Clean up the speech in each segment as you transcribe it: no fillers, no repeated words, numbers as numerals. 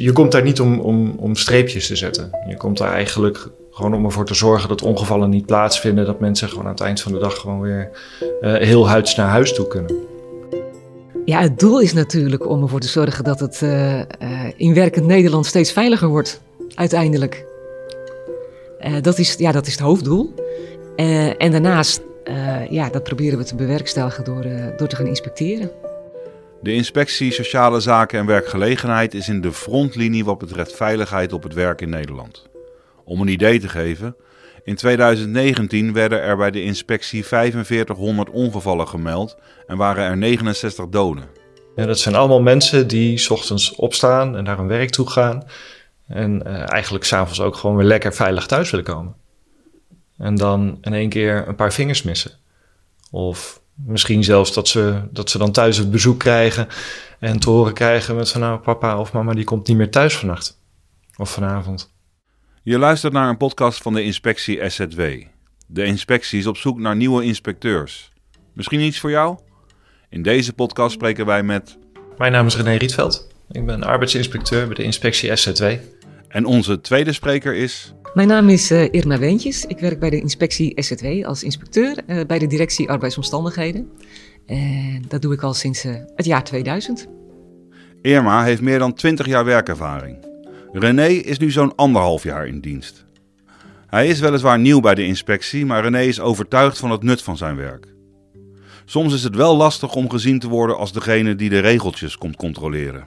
Je komt daar niet om streepjes te zetten. Je komt daar eigenlijk gewoon om ervoor te zorgen dat ongevallen niet plaatsvinden. Dat mensen gewoon aan het eind van de dag gewoon weer heel huids naar huis toe kunnen. Ja, het doel is natuurlijk om ervoor te zorgen dat het in werkend Nederland steeds veiliger wordt, uiteindelijk. Dat is het hoofddoel. En daarnaast, dat proberen we te bewerkstelligen door te gaan inspecteren. De Inspectie Sociale Zaken en Werkgelegenheid is in de frontlinie wat betreft veiligheid op het werk in Nederland. Om een idee te geven, in 2019 werden er bij de inspectie 4500 ongevallen gemeld en waren er 69 doden. Ja, dat zijn allemaal mensen die 's ochtends opstaan en naar hun werk toe gaan. En eigenlijk 's avonds ook gewoon weer lekker veilig thuis willen komen. En dan in één keer een paar vingers missen. Of misschien zelfs dat ze dan thuis het bezoek krijgen en te horen krijgen met van nou papa of mama die komt niet meer thuis vannacht. Of vanavond. Je luistert naar een podcast van de inspectie SZW. De inspectie is op zoek naar nieuwe inspecteurs. Misschien iets voor jou? In deze podcast spreken wij met... Mijn naam is René Rietveld. Ik ben arbeidsinspecteur bij de inspectie SZW. En onze tweede spreker is... Mijn naam is Irma Weentjes. Ik werk bij de inspectie SZW als inspecteur bij de directie arbeidsomstandigheden. En dat doe ik al sinds het jaar 2000. Irma heeft meer dan 20 jaar werkervaring. René is nu zo'n 1,5 jaar in dienst. Hij is weliswaar nieuw bij de inspectie, maar René is overtuigd van het nut van zijn werk. Soms is het wel lastig om gezien te worden als degene die de regeltjes komt controleren.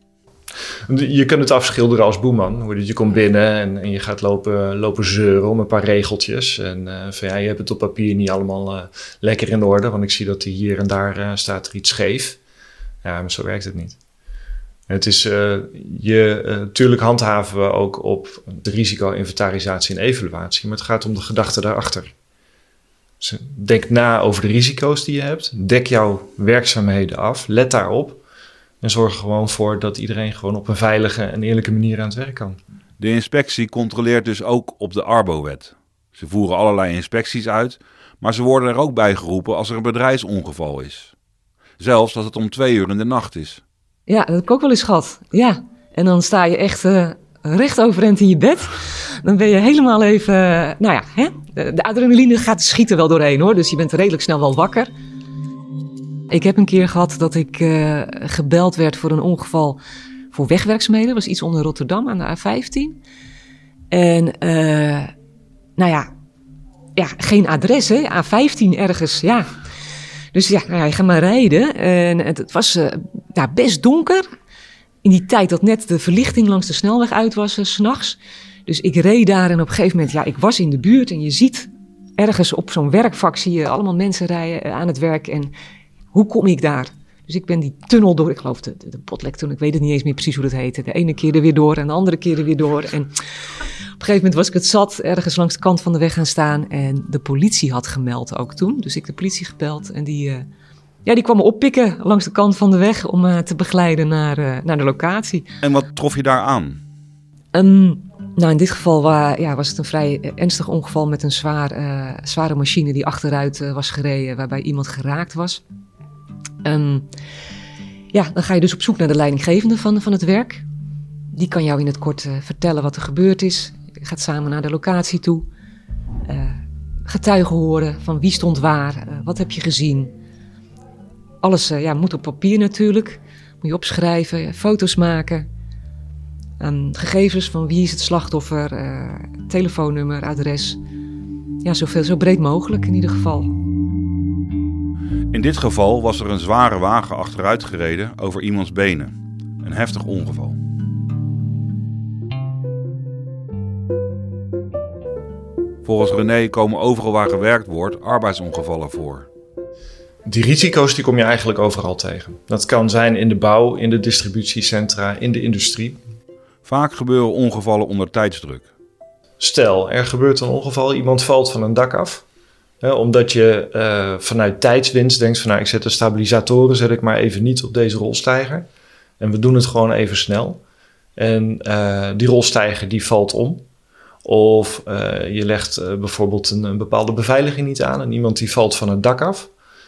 Je kunt het afschilderen als boeman. Je komt binnen en je gaat lopen zeuren om een paar regeltjes. En je hebt het op papier niet allemaal lekker in orde. Want ik zie dat hier en daar staat er iets scheef. Ja, maar zo werkt het niet. Het is, natuurlijk handhaven we ook op de risico-inventarisatie en evaluatie. Maar het gaat om de gedachte daarachter. Dus denk na over de risico's die je hebt. Dek jouw werkzaamheden af. Let daarop. En zorg er gewoon voor dat iedereen gewoon op een veilige en eerlijke manier aan het werk kan. De inspectie controleert dus ook op de Arbo-wet. Ze voeren allerlei inspecties uit, maar ze worden er ook bij geroepen als er een bedrijfsongeval is. Zelfs als het om 2 uur in de nacht is. Ja, dat heb ik ook wel eens gehad. Ja, en dan sta je echt recht overeind in je bed. Dan ben je helemaal even... de adrenaline gaat schieten wel doorheen hoor. Dus je bent redelijk snel wel wakker. Ik heb een keer gehad dat ik gebeld werd voor een ongeval voor wegwerkzaamheden. Dat was iets onder Rotterdam aan de A15. En geen adres hè, A15 ergens, ja. Dus ja, je gaat maar rijden. En het was best donker. In die tijd dat net de verlichting langs de snelweg uit was, 's nachts. Dus ik reed daar en op een gegeven moment, ik was in de buurt. En je ziet ergens op zo'n werkvak, zie je allemaal mensen rijden aan het werk. En hoe kom ik daar? Dus ik ben die tunnel door, ik geloof de Botlektunnel, ik weet het niet eens meer precies hoe dat heette. De ene keer er weer door en de andere keer er weer door. En op een gegeven moment was ik het zat, ergens langs de kant van de weg gaan staan. En de politie had gemeld ook toen. Dus ik de politie gebeld en die kwam me oppikken langs de kant van de weg om te begeleiden naar de locatie. En wat trof je daar aan? In dit geval was het een vrij ernstig ongeval met een zware machine die achteruit was gereden, waarbij iemand geraakt was. Dan ga je dus op zoek naar de leidinggevende van het werk. Die kan jou in het kort vertellen wat er gebeurd is. Je gaat samen naar de locatie toe. Getuigen horen van wie stond waar, wat heb je gezien. Alles moet op papier natuurlijk. Moet je opschrijven, foto's maken. Gegevens van wie is het slachtoffer, telefoonnummer, adres. Ja, zo breed mogelijk in ieder geval. In dit geval was er een zware wagen achteruit gereden over iemands benen. Een heftig ongeval. Volgens René komen overal waar gewerkt wordt arbeidsongevallen voor. Die risico's die kom je eigenlijk overal tegen. Dat kan zijn in de bouw, in de distributiecentra, in de industrie. Vaak gebeuren ongevallen onder tijdsdruk. Stel, er gebeurt een ongeval, iemand valt van een dak af. Omdat je vanuit tijdswinst denkt van ik zet de stabilisatoren zet ik maar even niet op deze rolstijger. En we doen het gewoon even snel. En die rolstijger die valt om. Of je legt bijvoorbeeld een bepaalde beveiliging niet aan en iemand die valt van het dak af.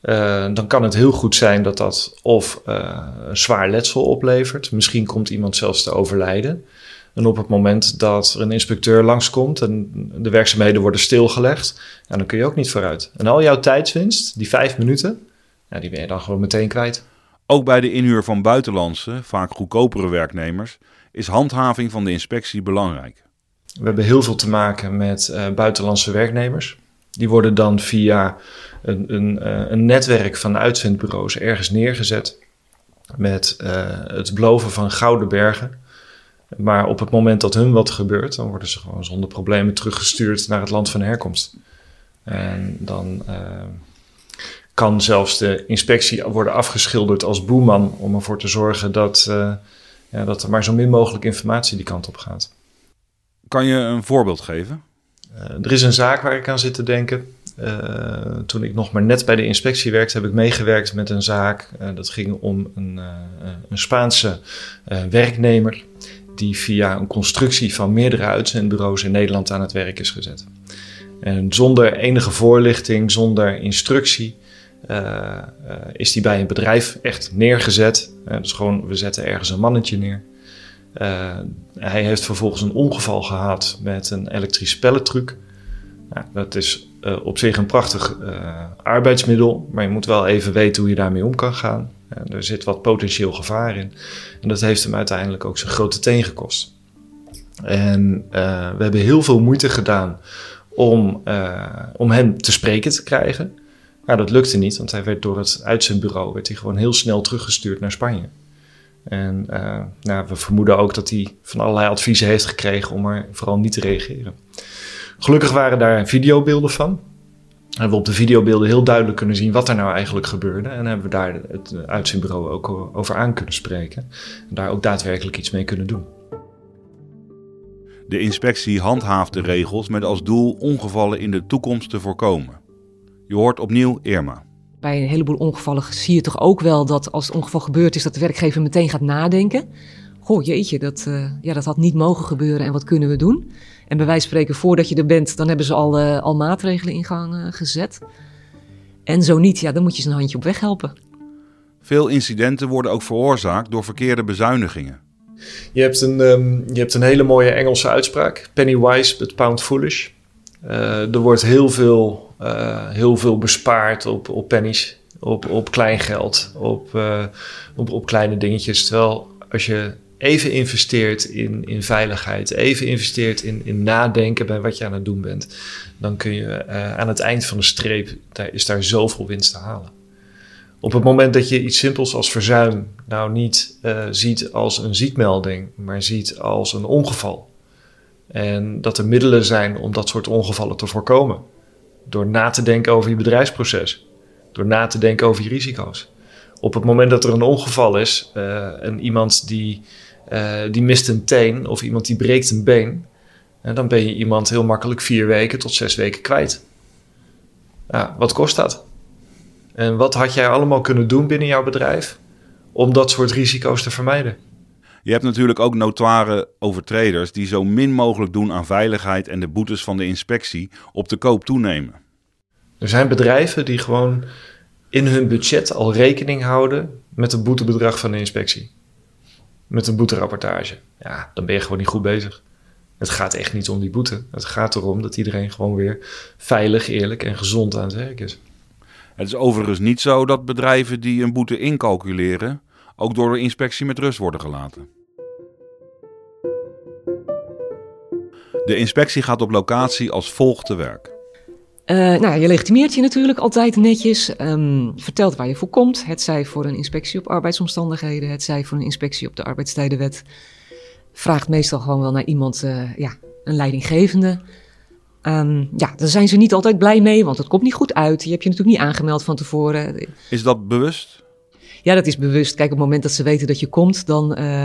dan kan het heel goed zijn dat dat of een zwaar letsel oplevert. Misschien komt iemand zelfs te overlijden. En op het moment dat er een inspecteur langskomt en de werkzaamheden worden stilgelegd, dan kun je ook niet vooruit. En al jouw tijdswinst, die 5 minuten, die ben je dan gewoon meteen kwijt. Ook bij de inhuur van buitenlandse, vaak goedkopere werknemers, is handhaving van de inspectie belangrijk. We hebben heel veel te maken met buitenlandse werknemers. Die worden dan via een netwerk van uitzendbureaus ergens neergezet met het beloven van gouden bergen. Maar op het moment dat hun wat gebeurt, dan worden ze gewoon zonder problemen teruggestuurd naar het land van herkomst. En dan kan zelfs de inspectie worden afgeschilderd als boeman om ervoor te zorgen dat er maar zo min mogelijk informatie die kant op gaat. Kan je een voorbeeld geven? Er is een zaak waar ik aan zit te denken. Toen ik nog maar net bij de inspectie werkte, heb ik meegewerkt met een zaak. Dat ging om een Spaanse werknemer die via een constructie van meerdere uitzendbureaus in Nederland aan het werk is gezet. En zonder enige voorlichting, zonder instructie, is die bij een bedrijf echt neergezet. Dus gewoon, we zetten ergens een mannetje neer. Hij heeft vervolgens een ongeval gehad met een elektrisch pelletruc. Dat is op zich een prachtig arbeidsmiddel, maar je moet wel even weten hoe je daarmee om kan gaan. Er zit wat potentieel gevaar in. En dat heeft hem uiteindelijk ook zijn grote teen gekost. En we hebben heel veel moeite gedaan om hem te spreken te krijgen. Maar dat lukte niet, want hij werd door het uitzendbureau gewoon heel snel teruggestuurd naar Spanje. En we vermoeden ook dat hij van allerlei adviezen heeft gekregen om er vooral niet te reageren. Gelukkig waren daar videobeelden van. Hebben we op de videobeelden heel duidelijk kunnen zien wat er nou eigenlijk gebeurde. En hebben we daar het uitzendbureau ook over aan kunnen spreken. En daar ook daadwerkelijk iets mee kunnen doen. De inspectie handhaaft de regels met als doel ongevallen in de toekomst te voorkomen. Je hoort opnieuw Irma. Bij een heleboel ongevallen zie je toch ook wel dat als het ongeval gebeurd is, dat de werkgever meteen gaat nadenken. Goh, jeetje, dat had niet mogen gebeuren en wat kunnen we doen? En bij wijze van spreken, voordat je er bent, dan hebben ze al maatregelen in gang gezet. En zo niet, dan moet je ze een handje op weg helpen. Veel incidenten worden ook veroorzaakt door verkeerde bezuinigingen. Je hebt een hele mooie Engelse uitspraak. Penny wise, but pound foolish. Er wordt heel veel bespaard op pennies, op kleingeld, op kleine dingetjes. Terwijl als je even investeert in veiligheid, even investeert in nadenken bij wat je aan het doen bent, dan kun je aan het eind van de streep, is daar zoveel winst te halen. Op het moment dat je iets simpels als verzuim nou niet ziet als een ziekmelding, maar ziet als een ongeval. En dat er middelen zijn om dat soort ongevallen te voorkomen. Door na te denken over je bedrijfsproces. Door na te denken over je risico's. Op het moment dat er een ongeval is en iemand die mist een teen of iemand die breekt een been, dan ben je iemand heel makkelijk 4 weken tot 6 weken kwijt. Wat kost dat? En wat had jij allemaal kunnen doen binnen jouw bedrijf om dat soort risico's te vermijden? Je hebt natuurlijk ook notoire overtreders die zo min mogelijk doen aan veiligheid en de boetes van de inspectie op de koop toenemen. Er zijn bedrijven die gewoon in hun budget al rekening houden met het boetebedrag van de inspectie. Met een boeterapportage. Dan ben je gewoon niet goed bezig. Het gaat echt niet om die boete. Het gaat erom dat iedereen gewoon weer veilig, eerlijk en gezond aan het werk is. Het is overigens niet zo dat bedrijven die een boete incalculeren ook door de inspectie met rust worden gelaten. De inspectie gaat op locatie als volgt te werk. Je legitimeert je natuurlijk altijd netjes. Vertelt waar je voor komt. Het zij voor een inspectie op arbeidsomstandigheden. Het zij voor een inspectie op de arbeidstijdenwet. Vraagt meestal gewoon wel naar iemand, een leidinggevende. Daar zijn ze niet altijd blij mee, want het komt niet goed uit. Je hebt je natuurlijk niet aangemeld van tevoren. Is dat bewust? Ja, dat is bewust. Kijk, op het moment dat ze weten dat je komt, dan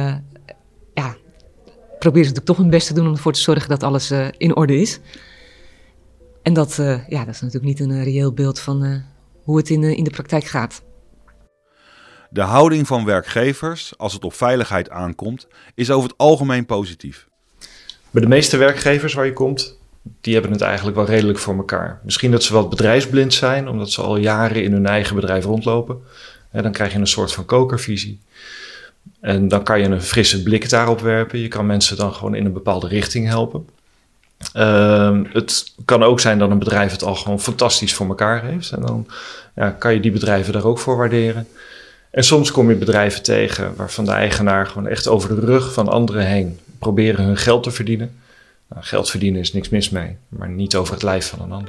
proberen ze natuurlijk toch hun best te doen om ervoor te zorgen dat alles in orde is. En dat is natuurlijk niet een reëel beeld van hoe het in de praktijk gaat. De houding van werkgevers, als het op veiligheid aankomt, is over het algemeen positief. Bij de meeste werkgevers waar je komt, die hebben het eigenlijk wel redelijk voor elkaar. Misschien dat ze wat bedrijfsblind zijn, omdat ze al jaren in hun eigen bedrijf rondlopen. En dan krijg je een soort van kokervisie. En dan kan je een frisse blik daarop werpen. Je kan mensen dan gewoon in een bepaalde richting helpen. Het kan ook zijn dat een bedrijf het al gewoon fantastisch voor elkaar heeft. En dan kan je die bedrijven daar ook voor waarderen. En soms kom je bedrijven tegen waarvan de eigenaar gewoon echt over de rug van anderen heen proberen hun geld te verdienen. Nou, geld verdienen is niks mis mee, maar niet over het lijf van een ander.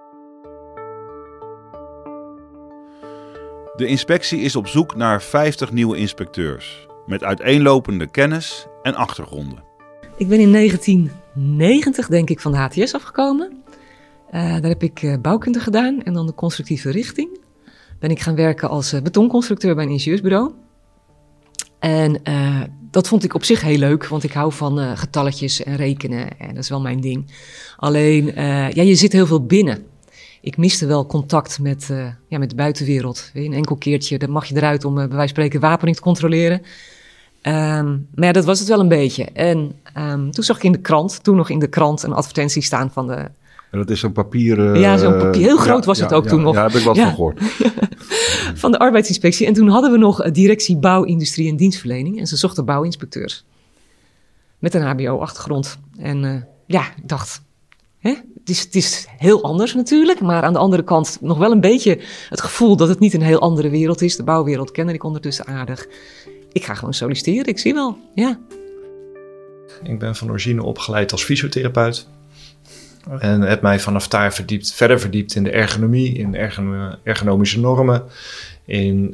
De inspectie is op zoek naar 50 nieuwe inspecteurs met uiteenlopende kennis en achtergronden. Ik ben in 1990 denk ik van de HTS afgekomen. Daar heb ik bouwkunde gedaan en dan de constructieve richting. Ben ik gaan werken als betonconstructeur bij een ingenieursbureau. En dat vond ik op zich heel leuk, want ik hou van getalletjes en rekenen. En dat is wel mijn ding. Alleen, je zit heel veel binnen. Ik miste wel contact met de buitenwereld. Een enkel keertje, dan mag je eruit om bij wijze van spreken wapening te controleren. Maar dat was het wel een beetje. En toen zag ik toen nog in de krant, een advertentie staan van de... En dat is zo'n papier... Ja, zo'n papier. Heel groot was het ook toen nog. Ja, daar heb ik wat van gehoord. Van de arbeidsinspectie. En toen hadden we nog directie bouw, industrie en dienstverlening. En ze zochten bouwinspecteurs. Met een hbo-achtergrond. En ik dacht... Het is heel anders natuurlijk. Maar aan de andere kant nog wel een beetje het gevoel dat het niet een heel andere wereld is. De bouwwereld kende ik ondertussen aardig. Ik ga gewoon solliciteren, ik zie wel. Ja. Ik ben van origine opgeleid als fysiotherapeut. En heb mij vanaf daar verder verdiept in de ergonomie, in ergonomische normen, in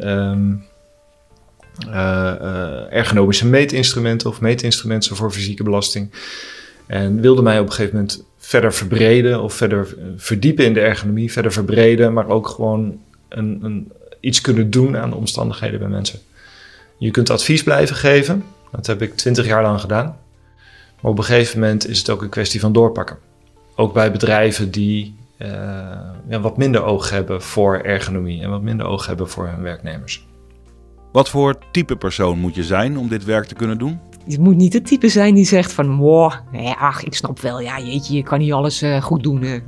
ergonomische meetinstrumenten of meetinstrumenten voor fysieke belasting. En wilde mij op een gegeven moment verder verbreden of verder verdiepen in de ergonomie, verder verbreden, maar ook gewoon iets kunnen doen aan de omstandigheden bij mensen. Je kunt advies blijven geven, dat heb ik 20 jaar lang gedaan. Maar op een gegeven moment is het ook een kwestie van doorpakken. Ook bij bedrijven die wat minder oog hebben voor ergonomie en wat minder oog hebben voor hun werknemers. Wat voor type persoon moet je zijn om dit werk te kunnen doen? Je moet niet het type zijn die zegt van... ik snap wel, jeetje, je kan niet alles goed doen.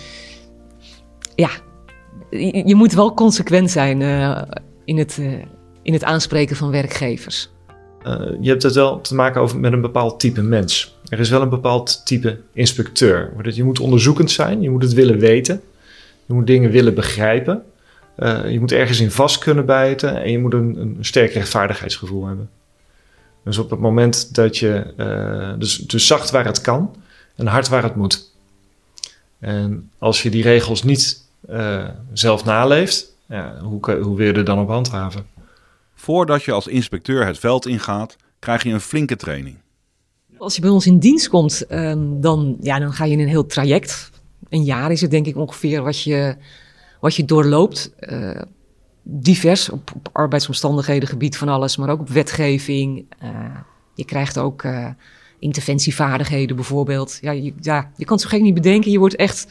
Je moet wel consequent zijn in het aanspreken van werkgevers. Je hebt het wel te maken met een bepaald type mens. Er is wel een bepaald type inspecteur. Je moet onderzoekend zijn, je moet het willen weten. Je moet dingen willen begrijpen. Je moet ergens in vast kunnen bijten. En je moet een sterk rechtvaardigheidsgevoel hebben. Dus op het moment dat je... Dus zacht waar het kan en hard waar het moet. En als je die regels niet zelf naleeft... hoe wil je er dan op handhaven? Voordat je als inspecteur het veld ingaat, krijg je een flinke training. Als je bij ons in dienst komt, dan ga je in een heel traject. Een jaar is het denk ik ongeveer wat je doorloopt. Divers op arbeidsomstandigheden, gebied van alles, maar ook op wetgeving. Je krijgt ook interventievaardigheden bijvoorbeeld. Je kan het zo gek niet bedenken. Je wordt echt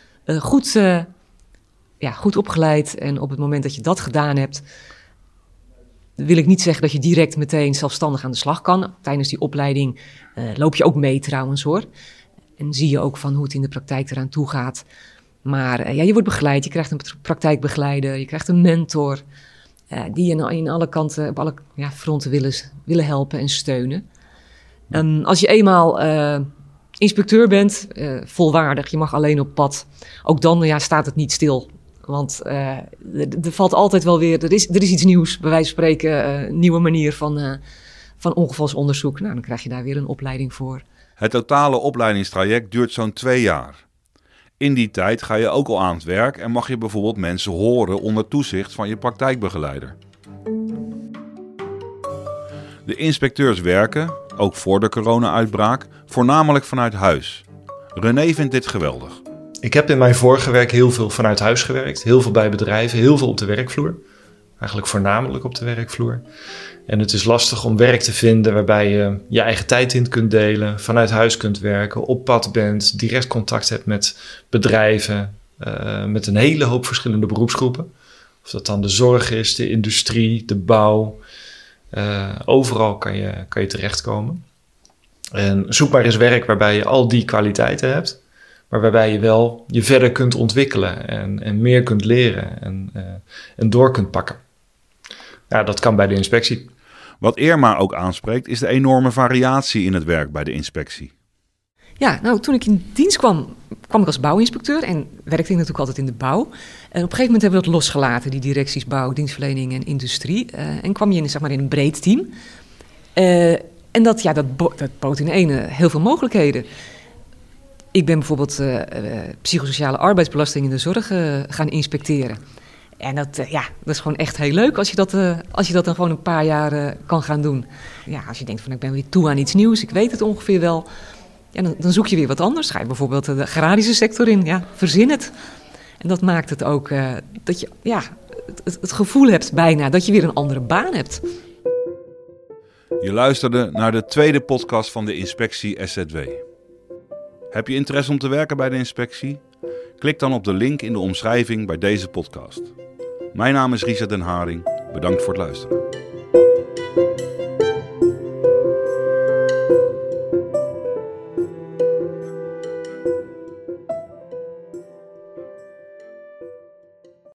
goed opgeleid. En op het moment dat je dat gedaan hebt... wil ik niet zeggen dat je direct meteen zelfstandig aan de slag kan. Tijdens die opleiding loop je ook mee trouwens hoor. En zie je ook van hoe het in de praktijk eraan toe gaat. Maar je wordt begeleid, je krijgt een praktijkbegeleider, je krijgt een mentor. Die je in alle kanten, op alle fronten willen helpen en steunen. Als je eenmaal inspecteur bent, volwaardig, je mag alleen op pad. Ook dan staat het niet stil. Want er valt altijd wel weer, er is iets nieuws, bij wijze van spreken, een nieuwe manier van ongevalsonderzoek. Nou, dan krijg je daar weer een opleiding voor. Het totale opleidingstraject duurt zo'n 2 jaar. In die tijd ga je ook al aan het werk en mag je bijvoorbeeld mensen horen onder toezicht van je praktijkbegeleider. De inspecteurs werken, ook voor de corona-uitbraak, voornamelijk vanuit huis. René vindt dit geweldig. Ik heb in mijn vorige werk heel veel vanuit huis gewerkt. Heel veel bij bedrijven, heel veel op de werkvloer. Eigenlijk voornamelijk op de werkvloer. En het is lastig om werk te vinden waarbij je je eigen tijd in kunt delen. Vanuit huis kunt werken, op pad bent, direct contact hebt met bedrijven. Met een hele hoop verschillende beroepsgroepen. Of dat dan de zorg is, de industrie, de bouw. Overal kan je terechtkomen. En zoek maar eens werk waarbij je al die kwaliteiten hebt. maar waarbij je wel je verder kunt ontwikkelen en meer kunt leren en door kunt pakken. Ja, dat kan bij de inspectie. Wat Irma ook aanspreekt is de enorme variatie in het werk bij de inspectie. Ja, nou, toen ik in dienst kwam ik als bouwinspecteur en werkte ik natuurlijk altijd in de bouw. En op een gegeven moment hebben we dat losgelaten, die directies bouw, dienstverlening en industrie. En kwam je in een breed team. En dat bood in ene heel veel mogelijkheden. Ik ben bijvoorbeeld psychosociale arbeidsbelasting in de zorg gaan inspecteren. En dat is gewoon echt heel leuk als je dat dan gewoon een paar jaar kan gaan doen. Ja, als je denkt van ik ben weer toe aan iets nieuws, ik weet het ongeveer wel. Ja, dan zoek je weer wat anders. Ga je bijvoorbeeld de agrarische sector in. Ja, verzin het. En dat maakt het ook dat je het gevoel hebt bijna dat je weer een andere baan hebt. Je luisterde naar de tweede podcast van de inspectie SZW. Heb je interesse om te werken bij de inspectie? Klik dan op de link in de omschrijving bij deze podcast. Mijn naam is Richard den Haring. Bedankt voor het luisteren.